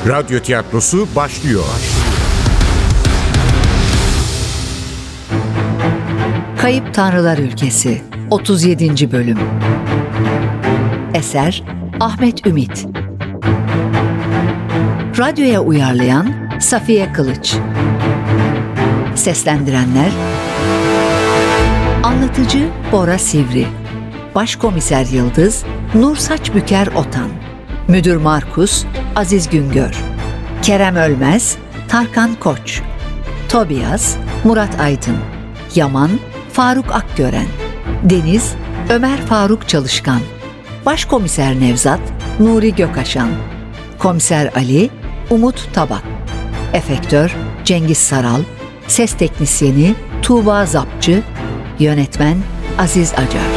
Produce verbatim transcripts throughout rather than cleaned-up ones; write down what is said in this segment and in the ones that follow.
Radyo tiyatrosu başlıyor. Kayıp Tanrılar Ülkesi otuz yedinci bölüm. Eser Ahmet Ümit. Radyoya uyarlayan Safiye Kılıç. Seslendirenler: Anlatıcı Bora Sivri, Başkomiser Yıldız Nur Saçbüker Otan, Müdür Markus Aziz Güngör, Kerem Ölmez Tarkan Koç, Tobias Murat Aydın, Yaman Faruk Akgören, Deniz Ömer Faruk Çalışkan, Başkomiser Nevzat Nuri Gökaşan, Komiser Ali Umut Tabak, Efektör Cengiz Saral, Ses Teknisyeni Tuğba Zapçı, Yönetmen Aziz Acar.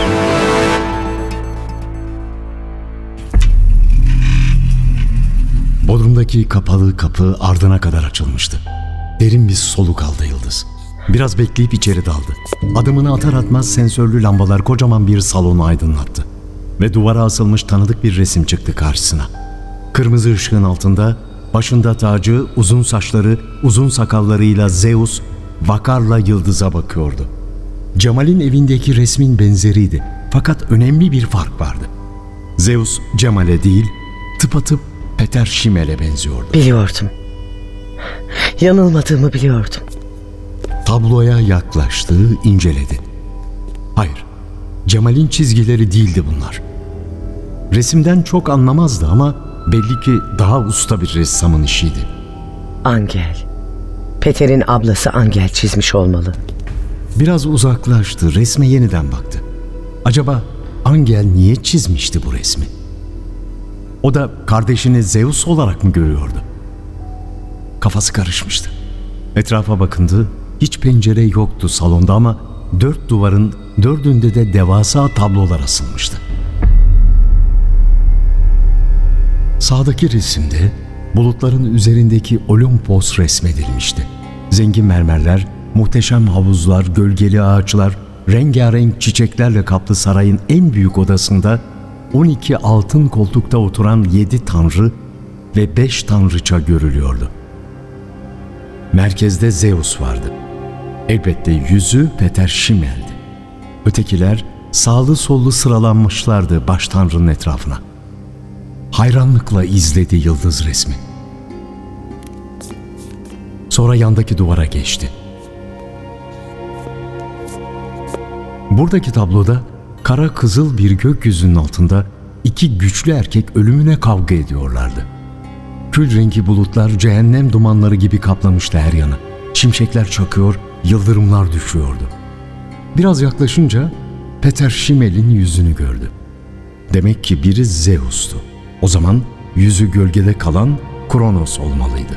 Bodrum'daki kapalı kapı ardına kadar açılmıştı. Derin bir soluk aldı Yıldız. Biraz bekleyip içeri daldı. Adımını atar atmaz sensörlü lambalar kocaman bir salonu aydınlattı. Ve duvara asılmış tanıdık bir resim çıktı karşısına. Kırmızı ışığın altında, başında tacı, uzun saçları, uzun sakallarıyla Zeus, vakarla Yıldız'a bakıyordu. Cemal'in evindeki resmin benzeriydi. Fakat önemli bir fark vardı. Zeus, Cemal'e değil, tıpatıp Peter Şimel'e benziyordu. Biliyordum. Yanılmadığımı biliyordum. Tabloya yaklaştı, inceledi. Hayır, Cemal'in çizgileri değildi bunlar. Resimden çok anlamazdı ama belli ki daha usta bir ressamın işiydi. Angel. Peter'in ablası Angel çizmiş olmalı. Biraz uzaklaştı, resme yeniden baktı. Acaba Angel niye çizmişti bu resmi? O da kardeşini Zeus olarak mı görüyordu? Kafası karışmıştı. Etrafa bakındı. Hiç pencere yoktu salonda ama dört duvarın dördünde de devasa tablolar asılmıştı. Sağdaki resimde bulutların üzerindeki Olimpos resmedilmişti. Zengin mermerler, muhteşem havuzlar, gölgeli ağaçlar, rengarenk çiçeklerle kaplı sarayın en büyük odasında on iki altın koltukta oturan yedi tanrı ve beş tanrıça görülüyordu. Merkezde Zeus vardı. Elbette yüzü Peter Şimel'di. Ötekiler sağlı sollu sıralanmışlardı baş tanrının etrafına. Hayranlıkla izledi Yıldız resmi. Sonra yandaki duvara geçti. Buradaki tabloda kara kızıl bir gökyüzünün altında iki güçlü erkek ölümüne kavga ediyorlardı. Kül rengi bulutlar cehennem dumanları gibi kaplamıştı her yanı. Şimşekler çakıyor, yıldırımlar düşüyordu. Biraz yaklaşınca Peter Şimel'in yüzünü gördü. Demek ki biri Zeus'tu. O zaman yüzü gölgede kalan Kronos olmalıydı.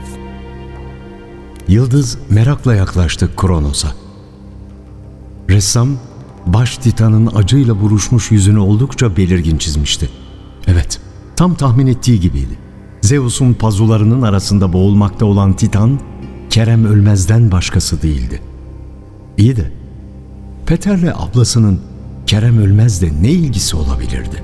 Yıldız merakla yaklaştı Kronos'a. Ressam baş Titan'ın acıyla buruşmuş yüzünü oldukça belirgin çizmişti. Evet, tam tahmin ettiği gibiydi. Zeus'un pazularının arasında boğulmakta olan Titan, Kerem Ölmez'den başkası değildi. İyi de Peter'le ablasının Kerem Ölmez'le ne ilgisi olabilirdi?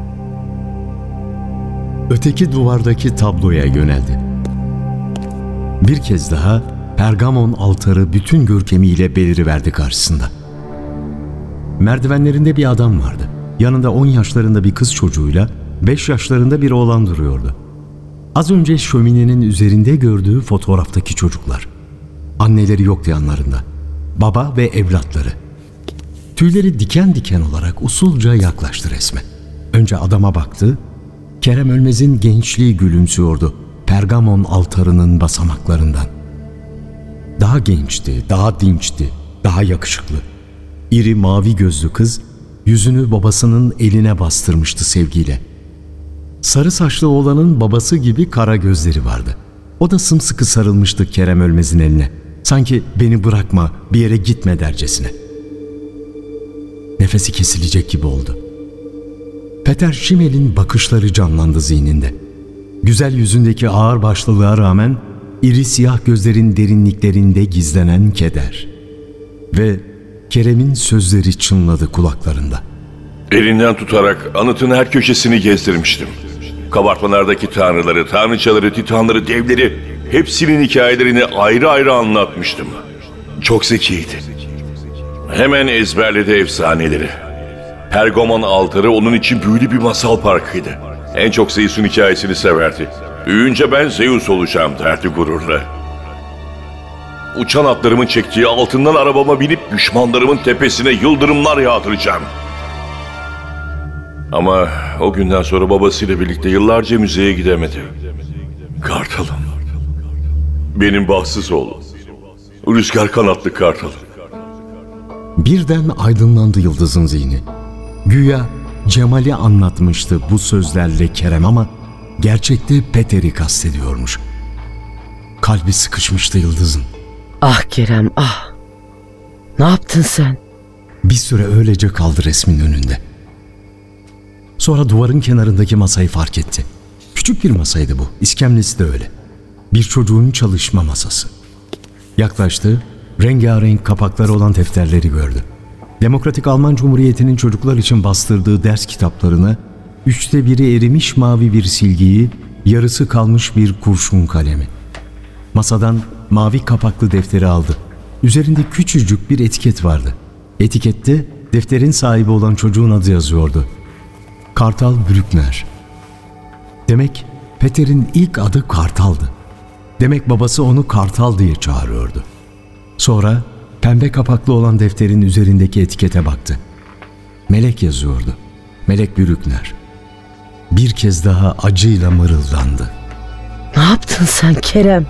Öteki duvardaki tabloya yöneldi. Bir kez daha Pergamon altarı bütün görkemiyle beliriverdi karşısında. Merdivenlerinde bir adam vardı. Yanında on yaşlarında bir kız çocuğuyla beş yaşlarında bir oğlan duruyordu. Az önce şöminenin üzerinde gördüğü fotoğraftaki çocuklar. Anneleri yoktu yanlarında. Baba ve evlatları. Tüyleri diken diken olarak usulca yaklaştı resme. Önce adama baktı. Kerem Ölmez'in gençliği gülümsüyordu Pergamon altarının basamaklarından. Daha gençti, daha dinçti, daha yakışıklı. İri mavi gözlü kız yüzünü babasının eline bastırmıştı sevgiyle. Sarı saçlı oğlanın babası gibi kara gözleri vardı. O da sımsıkı sarılmıştı Kerem Ölmez'in eline. Sanki beni bırakma, bir yere gitme dercesine. Nefesi kesilecek gibi oldu. Peter Şimel'in bakışları canlandı zihninde. Güzel yüzündeki ağır başlılığa rağmen iri siyah gözlerin derinliklerinde gizlenen keder. Ve Kerem'in sözleri çınladı kulaklarında. Elinden tutarak anıtın her köşesini gezdirmiştim. Kabartmalardaki tanrıları, tanrıçaları, titanları, devleri hepsinin hikayelerini ayrı ayrı anlatmıştım. Çok zekiydi. Hemen ezberledi efsaneleri. Pergamon altarı onun için büyülü bir masal parkıydı. En çok Zeus'un hikayesini severdi. Büyüyünce ben Zeus olacağım derdi gururla. Uçan atlarımın çektiği altından arabama binip düşmanlarımın tepesine yıldırımlar yağdıracağım. Ama o günden sonra babasıyla birlikte yıllarca müzeye gidemedi. Kartalım. Benim bahtsız oğlum. Rüzgar kanatlı kartalım. Birden aydınlandı Yıldız'ın zihni. Güya Cemal'i anlatmıştı bu sözlerle Kerem ama gerçekte Peter'i kastediyormuş. Kalbi sıkışmıştı Yıldız'ın. Ah Kerem ah. Ne yaptın sen? Bir süre öylece kaldı resmin önünde. Sonra duvarın kenarındaki masayı fark etti. Küçük bir masaydı bu. İskemlesi de öyle. Bir çocuğun çalışma masası. Yaklaştı, rengarenk kapakları olan defterleri gördü. Demokratik Alman Cumhuriyeti'nin çocuklar için bastırdığı ders kitaplarına üçte biri erimiş mavi bir silgiyi, yarısı kalmış bir kurşun kalemi. Masadan mavi kapaklı defteri aldı. Üzerinde küçücük bir etiket vardı. Etikette defterin sahibi olan çocuğun adı yazıyordu. Kartal Brückner. Demek Peter'in ilk adı Kartal'dı. Demek babası onu Kartal diye çağırıyordu. Sonra pembe kapaklı olan defterin üzerindeki etikete baktı. Melek yazıyordu. Melek Brückner. Bir kez daha acıyla mırıldandı. Ne yaptın sen Kerem?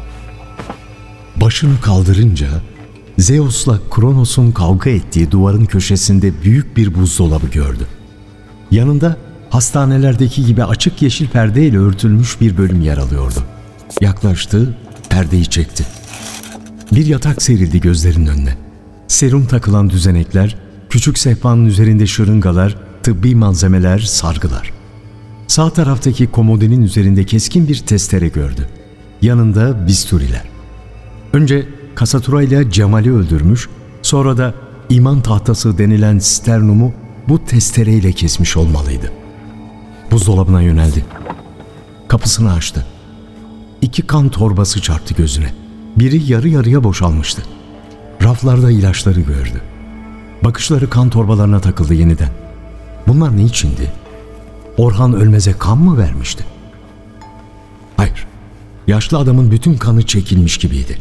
Başını kaldırınca Zeus'la Kronos'un kavga ettiği duvarın köşesinde büyük bir buzdolabı gördü. Yanında hastanelerdeki gibi açık yeşil perdeyle örtülmüş bir bölüm yer alıyordu. Yaklaştı, perdeyi çekti. Bir yatak serildi gözlerinin önüne. Serum takılan düzenekler, küçük sehpanın üzerinde şırıngalar, tıbbi malzemeler, sargılar. Sağ taraftaki komodinin üzerinde keskin bir testere gördü. Yanında bisturiler. Önce kasaturayla Cemal'i öldürmüş, sonra da iman tahtası denilen sternumu bu testereyle kesmiş olmalıydı. Buzdolabına yöneldi. Kapısını açtı. İki kan torbası çarptı gözüne. Biri yarı yarıya boşalmıştı. Raflarda ilaçları gördü. Bakışları kan torbalarına takıldı yeniden. Bunlar ne içindi? Orhan Ölmez'e kan mı vermişti? Hayır. Yaşlı adamın bütün kanı çekilmiş gibiydi.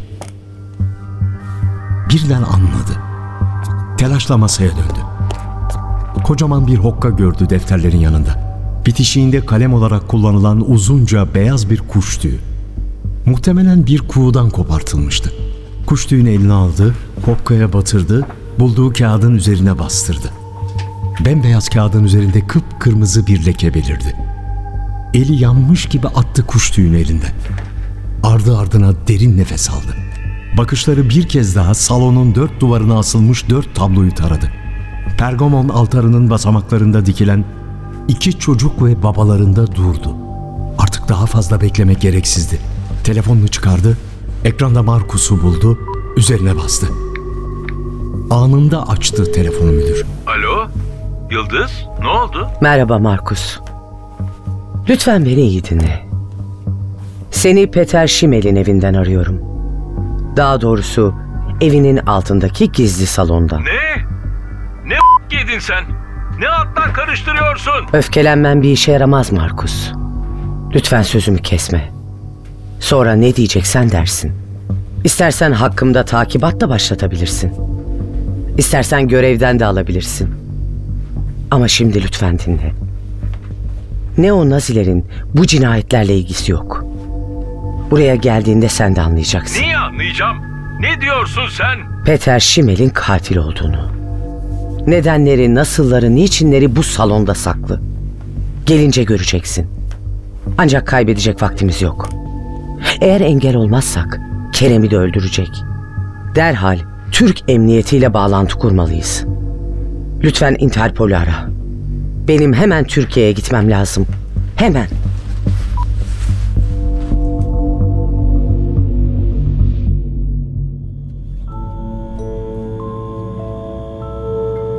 Birden anladı. Telaşla masaya döndü. Kocaman bir hokka gördü defterlerin yanında. Bitişiğinde kalem olarak kullanılan uzunca beyaz bir kuş tüyü. Muhtemelen bir kuğudan kopartılmıştı. Kuş tüyünü eline aldı, hokkaya batırdı, bulduğu kağıdın üzerine bastırdı. Bembeyaz kağıdın üzerinde kıpkırmızı bir leke belirdi. Eli yanmış gibi attı kuş tüyünü elinden. Ardı ardına derin nefes aldı. Bakışları bir kez daha salonun dört duvarına asılmış dört tabloyu taradı. Pergamon altarının basamaklarında dikilen iki çocuk ve babalarında durdu. Artık daha fazla beklemek gereksizdi. Telefonunu çıkardı, ekranda Markus'u buldu, üzerine bastı. Anında açtı telefonu müdür. Alo, Yıldız, ne oldu? Merhaba Markus. Lütfen beni iyi dinle. Seni Peter Schimmel'in evinden arıyorum. Daha doğrusu evinin altındaki gizli salonda. Ne? Ne yedin sen? Ne atlar karıştırıyorsun? Öfkelenmen bir işe yaramaz Markus. Lütfen sözümü kesme. Sonra ne diyeceksen dersin. İstersen hakkımda takibat da başlatabilirsin. İstersen görevden de alabilirsin. Ama şimdi lütfen dinle. Neo-Nazilerin bu cinayetlerle ilgisi yok. Buraya geldiğinde sen de anlayacaksın. Niye anlayacağım? Ne diyorsun sen? Peter Schimmel'in katil olduğunu. Nedenleri, nasılları, niçinleri bu salonda saklı. Gelince göreceksin. Ancak kaybedecek vaktimiz yok. Eğer engel olmazsak Kerem'i de öldürecek. Derhal Türk emniyetiyle bağlantı kurmalıyız. Lütfen Interpol'ü ara. Benim hemen Türkiye'ye gitmem lazım. Hemen.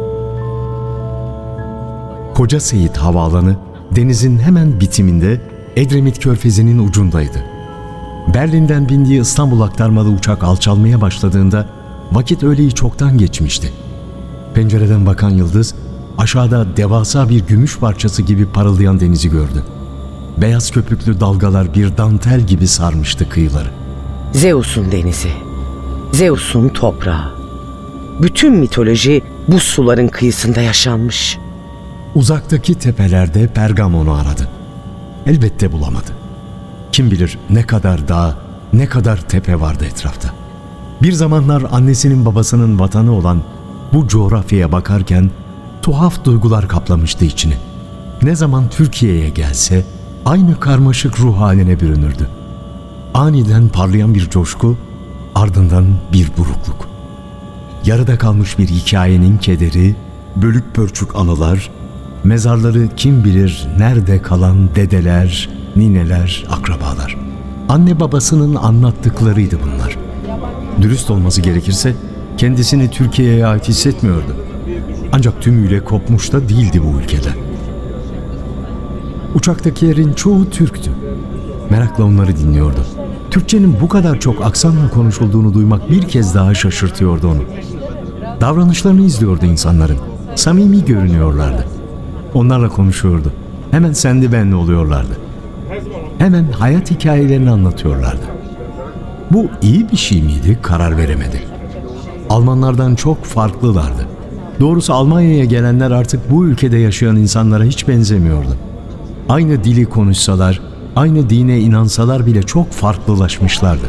Koca Seyit Havaalanı denizin hemen bitiminde Edremit Körfezi'nin ucundaydı. Berlin'den bindiği İstanbul aktarmalı uçak alçalmaya başladığında vakit öğleyi çoktan geçmişti. Pencereden bakan Yıldız, aşağıda devasa bir gümüş parçası gibi parıldayan denizi gördü. Beyaz köpüklü dalgalar bir dantel gibi sarmıştı kıyıları. Zeus'un denizi, Zeus'un toprağı. Bütün mitoloji bu suların kıyısında yaşanmış. Uzaktaki tepelerde Pergamon'u aradı. Elbette bulamadı. Kim bilir ne kadar dağ, ne kadar tepe vardı etrafta. Bir zamanlar annesinin babasının vatanı olan bu coğrafyaya bakarken tuhaf duygular kaplamıştı içini. Ne zaman Türkiye'ye gelse aynı karmaşık ruh haline bürünürdü. Aniden parlayan bir coşku, ardından bir burukluk. Yarıda kalmış bir hikayenin kederi, bölük pörçük anılar, mezarları kim bilir nerede kalan dedeler, nineler, akrabalar. Anne babasının anlattıklarıydı bunlar. Dürüst olması gerekirse kendisini Türkiye'ye ait hissetmiyordu. Ancak tümüyle kopmuş da değildi bu ülkede. Uçaktakilerin çoğu Türktü. Merakla onları dinliyordu. Türkçenin bu kadar çok aksanla konuşulduğunu duymak bir kez daha şaşırtıyordu onu. Davranışlarını izliyordu insanların. Samimi görünüyorlardı. Onlarla konuşuyordu. Hemen sendi benli oluyorlardı. Hemen hayat hikayelerini anlatıyorlardı. Bu iyi bir şey miydi? Karar veremedi. Almanlardan çok farklılardı. Doğrusu Almanya'ya gelenler artık bu ülkede yaşayan insanlara hiç benzemiyordu. Aynı dili konuşsalar, aynı dine inansalar bile çok farklılaşmışlardı.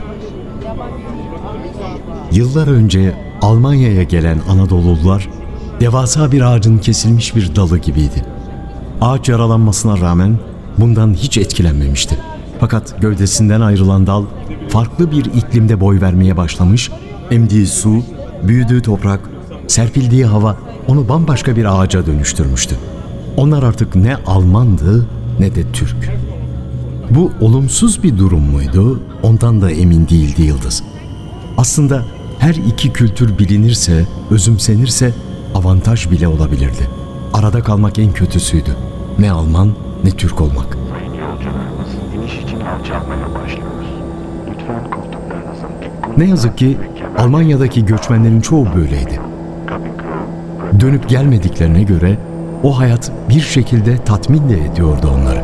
Yıllar önce Almanya'ya gelen Anadoluliler devasa bir ağacın kesilmiş bir dalı gibiydi. Ağaç yaralanmasına rağmen bundan hiç etkilenmemişti. Fakat gövdesinden ayrılan dal farklı bir iklimde boy vermeye başlamış, emdiği su, büyüdüğü toprak, serpildiği hava onu bambaşka bir ağaca dönüştürmüştü. Onlar artık ne Almandı ne de Türk. Bu olumsuz bir durum muydu? Ondan da emin değildi Yıldız. Aslında her iki kültür bilinirse, özümsenirse avantaj bile olabilirdi. Arada kalmak en kötüsüydü. Ne Alman ne Türk olmak. Sayın yolcularımız, iniş için alçalmaya başlıyoruz. Lütfen koltuklarınızın dik Ne yazık ki Almanya'daki göçmenlerin çoğu böyleydi. Dönüp gelmediklerine göre o hayat bir şekilde tatmin de ediyordu onları.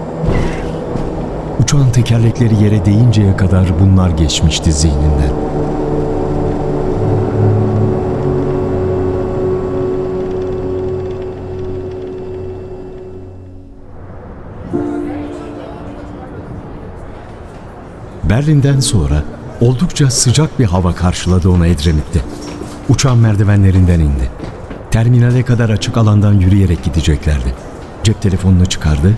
Uçağın tekerlekleri yere değinceye kadar bunlar geçmişti zihninden. Berlin'den sonra oldukça sıcak bir hava karşıladı onu Edremit'te. Uçağın merdivenlerinden indi. Terminale kadar açık alandan yürüyerek gideceklerdi. Cep telefonunu çıkardı.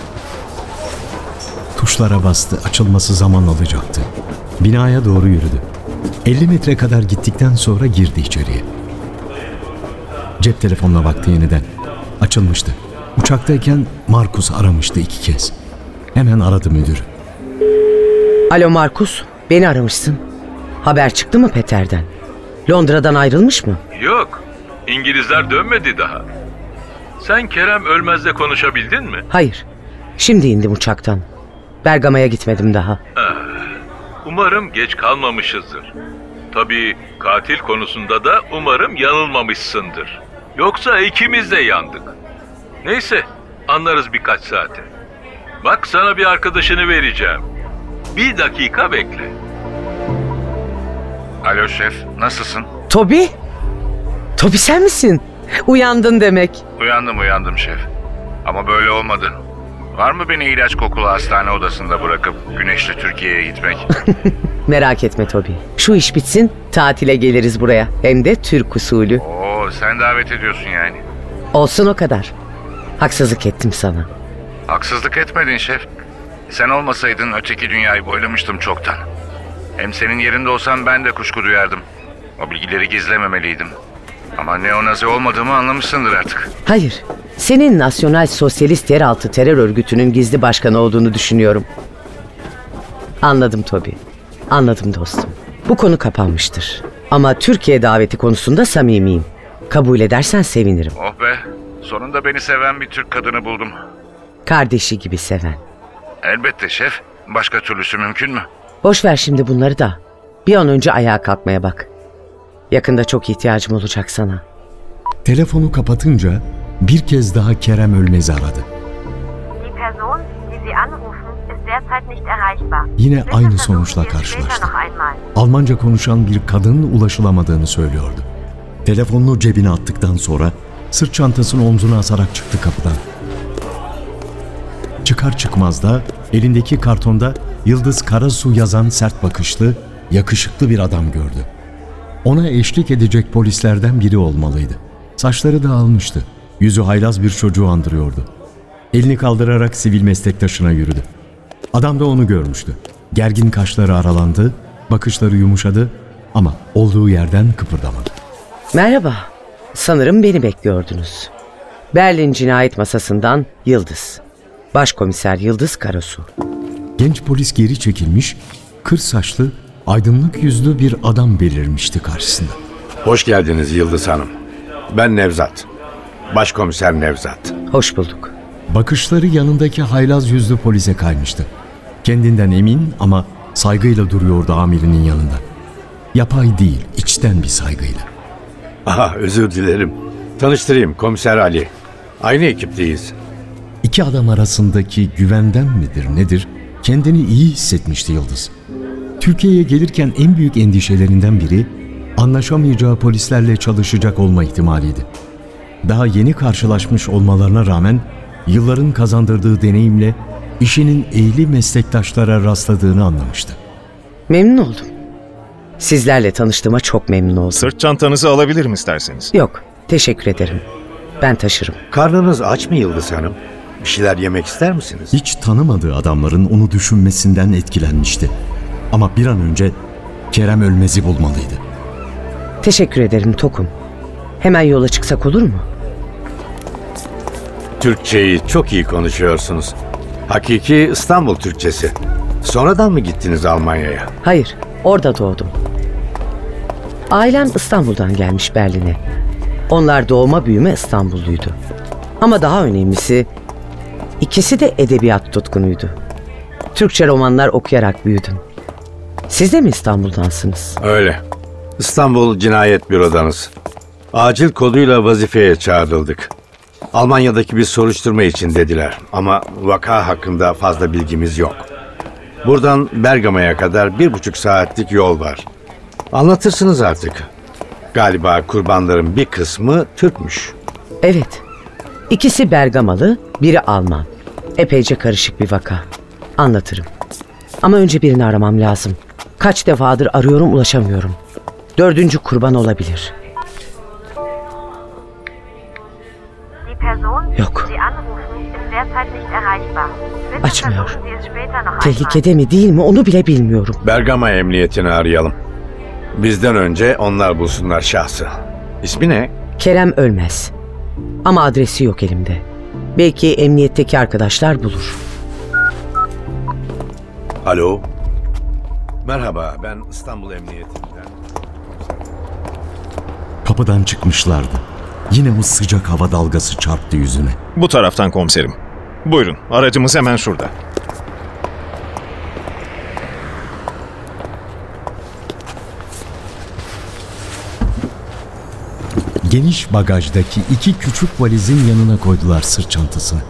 Tuşlara bastı. Açılması zaman alacaktı. Binaya doğru yürüdü. elli metre kadar gittikten sonra girdi içeriye. Cep telefonuna baktı yeniden. Açılmıştı. Uçaktayken Markus aramıştı iki kez. Hemen aradı müdürü. Alo Markus, beni aramışsın. Haber çıktı mı Peter'den? Londra'dan ayrılmış mı? Yok. İngilizler dönmedi daha. Sen Kerem Ölmez'le konuşabildin mi? Hayır. Şimdi indim uçaktan. Bergama'ya gitmedim daha. Umarım geç kalmamışızdır. Tabii katil konusunda da umarım yanılmamışsındır. Yoksa ikimiz de yandık. Neyse, anlarız birkaç saate. Bak sana bir arkadaşını vereceğim. Bir dakika bekle. Alo şef, nasılsın? Toby? Toby sen misin? Uyandın demek. Uyandım uyandım şef. Ama böyle olmadı. Var mı beni ilaç kokulu hastane odasında bırakıp güneşli Türkiye'ye gitmek? Merak etme Toby. Şu iş bitsin, tatile geliriz buraya. Hem de Türk usulü. Oo, sen davet ediyorsun yani. Olsun o kadar. Haksızlık ettim sana. Haksızlık etmedin şef. Sen olmasaydın öteki dünyayı boylamıştım çoktan. Hem senin yerinde olsam ben de kuşku duyardım. O bilgileri gizlememeliydim. Ama neonazi olmadığımı anlamışsındır artık. Hayır, senin Nasyonal Sosyalist Yeraltı Terör Örgütü'nün gizli başkanı olduğunu düşünüyorum. Anladım Toby. Anladım dostum. Bu konu kapanmıştır. Ama Türkiye daveti konusunda samimiyim. Kabul edersen sevinirim. Oh be, sonunda beni seven bir Türk kadını buldum. Kardeşi gibi seven. Elbette şef. Başka türlüsü mümkün mü? Boş ver şimdi bunları da. Bir an önce ayağa kalkmaya bak. Yakında çok ihtiyacım olacak sana. Telefonu kapatınca bir kez daha Kerem Ölmez'i aradı. Die Person, die Sie anrufen, ist derzeit nicht erreichbar. Yine Bitte aynı versuchen sonuçla Sie es karşılaştı. später noch einmal. Almanca konuşan bir kadın ulaşılamadığını söylüyordu. Telefonunu cebine attıktan sonra sırt çantasını omzuna asarak çıktı kapıdan. Çıkar çıkmaz da elindeki kartonda Yıldız Karasu yazan sert bakışlı, yakışıklı bir adam gördü. Ona eşlik edecek polislerden biri olmalıydı. Saçları dağılmıştı. Yüzü haylaz bir çocuğu andırıyordu. Elini kaldırarak sivil meslektaşına yürüdü. Adam da onu görmüştü. Gergin kaşları aralandı, bakışları yumuşadı ama olduğu yerden kıpırdamadı. Merhaba. Sanırım beni bekliyordunuz. Berlin cinayet masasından Yıldız. Başkomiser Yıldız Karasu. Genç polis geri çekilmiş, kır saçlı, aydınlık yüzlü bir adam belirmişti karşısında. Hoş geldiniz Yıldız Hanım. Ben Nevzat. Başkomiser Nevzat. Hoş bulduk. Bakışları yanındaki haylaz yüzlü polise kaymıştı. Kendinden emin ama saygıyla duruyordu amirinin yanında. Yapay değil, içten bir saygıyla. Aha, özür dilerim. Tanıştırayım, Komiser Ali. Aynı ekipteyiz. İki adam arasındaki güvenden midir nedir, kendini iyi hissetmişti Yıldız. Türkiye'ye gelirken en büyük endişelerinden biri, anlaşamayacağı polislerle çalışacak olma ihtimaliydi. Daha yeni karşılaşmış olmalarına rağmen, yılların kazandırdığı deneyimle işinin ehli meslektaşlara rastladığını anlamıştı. Memnun oldum. Sizlerle tanıştığıma çok memnun oldum. Sırt çantanızı alabilirim isterseniz. Yok, teşekkür ederim. Ben taşırım. Karnınız aç mı Yıldız Hanım? Bir şeyler yemek ister misiniz? Hiç tanımadığı adamların onu düşünmesinden etkilenmişti. Ama bir an önce Kerem Ölmez'i bulmalıydı. Teşekkür ederim, tokum. Hemen yola çıksak olur mu? Türkçeyi çok iyi konuşuyorsunuz. Hakiki İstanbul Türkçesi. Sonradan mı gittiniz Almanya'ya? Hayır, orada doğdum. Ailem İstanbul'dan gelmiş Berlin'e. Onlar doğma büyüme İstanbulluydu. Ama daha önemlisi, ikisi de edebiyat tutkunuydu. Türkçe romanlar okuyarak büyüdüm. Siz de mi İstanbul'dansınız? Öyle. İstanbul Cinayet Büro'danız. Acil koduyla vazifeye çağrıldık. Almanya'daki bir soruşturma için dediler ama vaka hakkında fazla bilgimiz yok. Buradan Bergama'ya kadar bir buçuk saatlik yol var. Anlatırsınız artık. Galiba kurbanların bir kısmı Türkmüş. Evet. İkisi Bergamalı, biri Alman. Epeyce karışık bir vaka. Anlatırım. Ama önce birini aramam lazım. Kaç defadır arıyorum, ulaşamıyorum. Dördüncü kurban olabilir. Die Person, Yok. die Sie anrufen, ist derzeit nicht erreichbar. Bitte Açmıyor. versuchen Sie es später noch einmal. Tehlikede mi değil mi onu bile bilmiyorum. Bergama Emniyetini arayalım. Bizden önce onlar bulsunlar şahsı. İsmi ne? Kerem Ölmez. Ama adresi yok elimde. Belki emniyetteki arkadaşlar bulur. Alo. Merhaba, ben İstanbul Emniyetinden. Kapıdan çıkmışlardı. Yine o sıcak hava dalgası çarptı yüzüne. Bu taraftan komiserim. Buyurun, aracımız hemen şurada. Geniş bagajdaki iki küçük valizin yanına koydular sırt çantasını.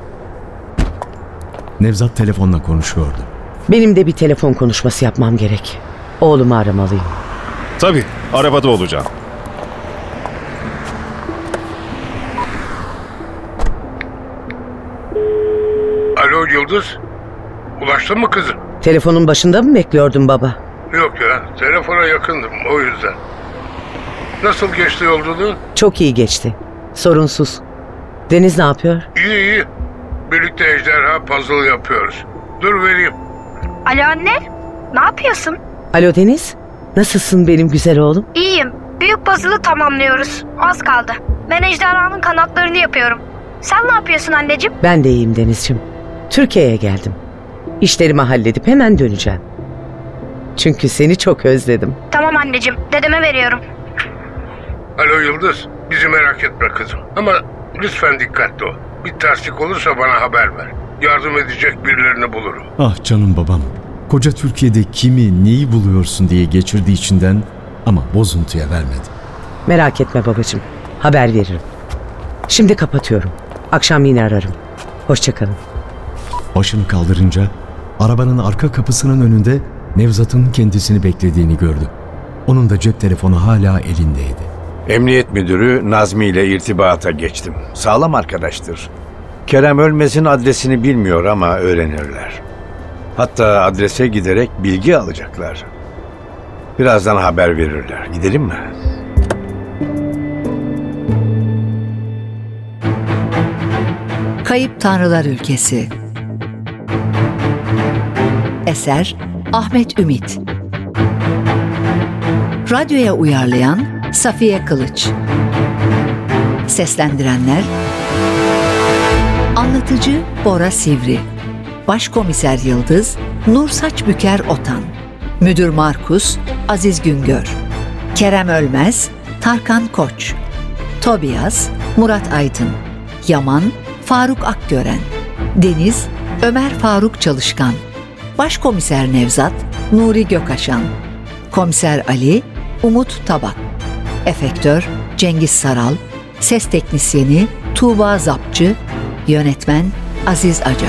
Nevzat telefonla konuşuyordu. Benim de bir telefon konuşması yapmam gerek. Oğlumu aramalıyım. Tabii, arabada olacağım. Alo Yıldız. Ulaştın mı kızım? Telefonun başında mı bekliyordun baba? Yok ya. Telefona yakındım o yüzden. Nasıl geçti yolculuğun? Çok iyi geçti. Sorunsuz. Deniz ne yapıyor? İyi iyi. Birlikte ejderha puzzle yapıyoruz. Dur vereyim. Alo anne, ne yapıyorsun? Alo Deniz. Nasılsın benim güzel oğlum? İyiyim. Büyük puzzle'ı tamamlıyoruz. Az kaldı. Ben ejderhanın kanatlarını yapıyorum. Sen ne yapıyorsun anneciğim? Ben de iyiyim Denizciğim. Türkiye'ye geldim. İşlerimi halledip hemen döneceğim. Çünkü seni çok özledim. Tamam anneciğim, dedeme veriyorum. Alo Yıldız. Bizi merak etme kızım. Ama lütfen dikkatli ol. Bir terslik olursa bana haber ver. Yardım edecek birilerini bulurum. Ah canım babam. Koca Türkiye'de kimi, neyi buluyorsun diye geçirdi içinden ama bozuntuya vermedi. Merak etme babacığım. Haber veririm. Şimdi kapatıyorum. Akşam yine ararım. Hoşça kalın. Başını kaldırınca arabanın arka kapısının önünde Nevzat'ın kendisini beklediğini gördü. Onun da cep telefonu hala elindeydi. Emniyet müdürü Nazmi ile irtibata geçtim. Sağlam arkadaştır. Kerem Ölmez'in adresini bilmiyor ama öğrenirler. Hatta adrese giderek bilgi alacaklar. Birazdan haber verirler. Gidelim mi? Kayıp Tanrılar Ülkesi. Eser Ahmet Ümit. Radyoya uyarlayan Safiye Kılıç. Seslendirenler: Anlatıcı Bora Sivri, Başkomiser Yıldız Nur Saçbüker Otan, Müdür Markus Aziz Güngör, Kerem Ölmez Tarkan Koç, Tobias Murat Aydın, Yaman Faruk Akgören, Deniz Ömer Faruk Çalışkan, Başkomiser Nevzat Nuri Gökaşan, Komiser Ali Umut Tabak, Efektör Cengiz Saral, Ses Teknisyeni Tuğba Zapçı, Yönetmen Aziz Acar.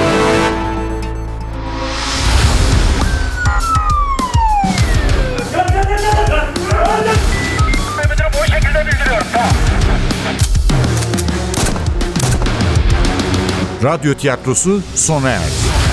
Radyo tiyatrosu sona erdi.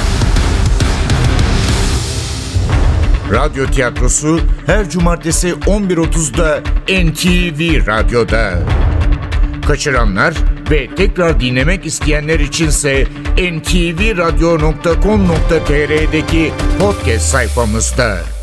Radyo tiyatrosu her cumartesi on bir otuzda N T V Radyo'da. Kaçıranlar ve tekrar dinlemek isteyenler içinse en ti vi radyo nokta com nokta tr''deki podcast sayfamızda.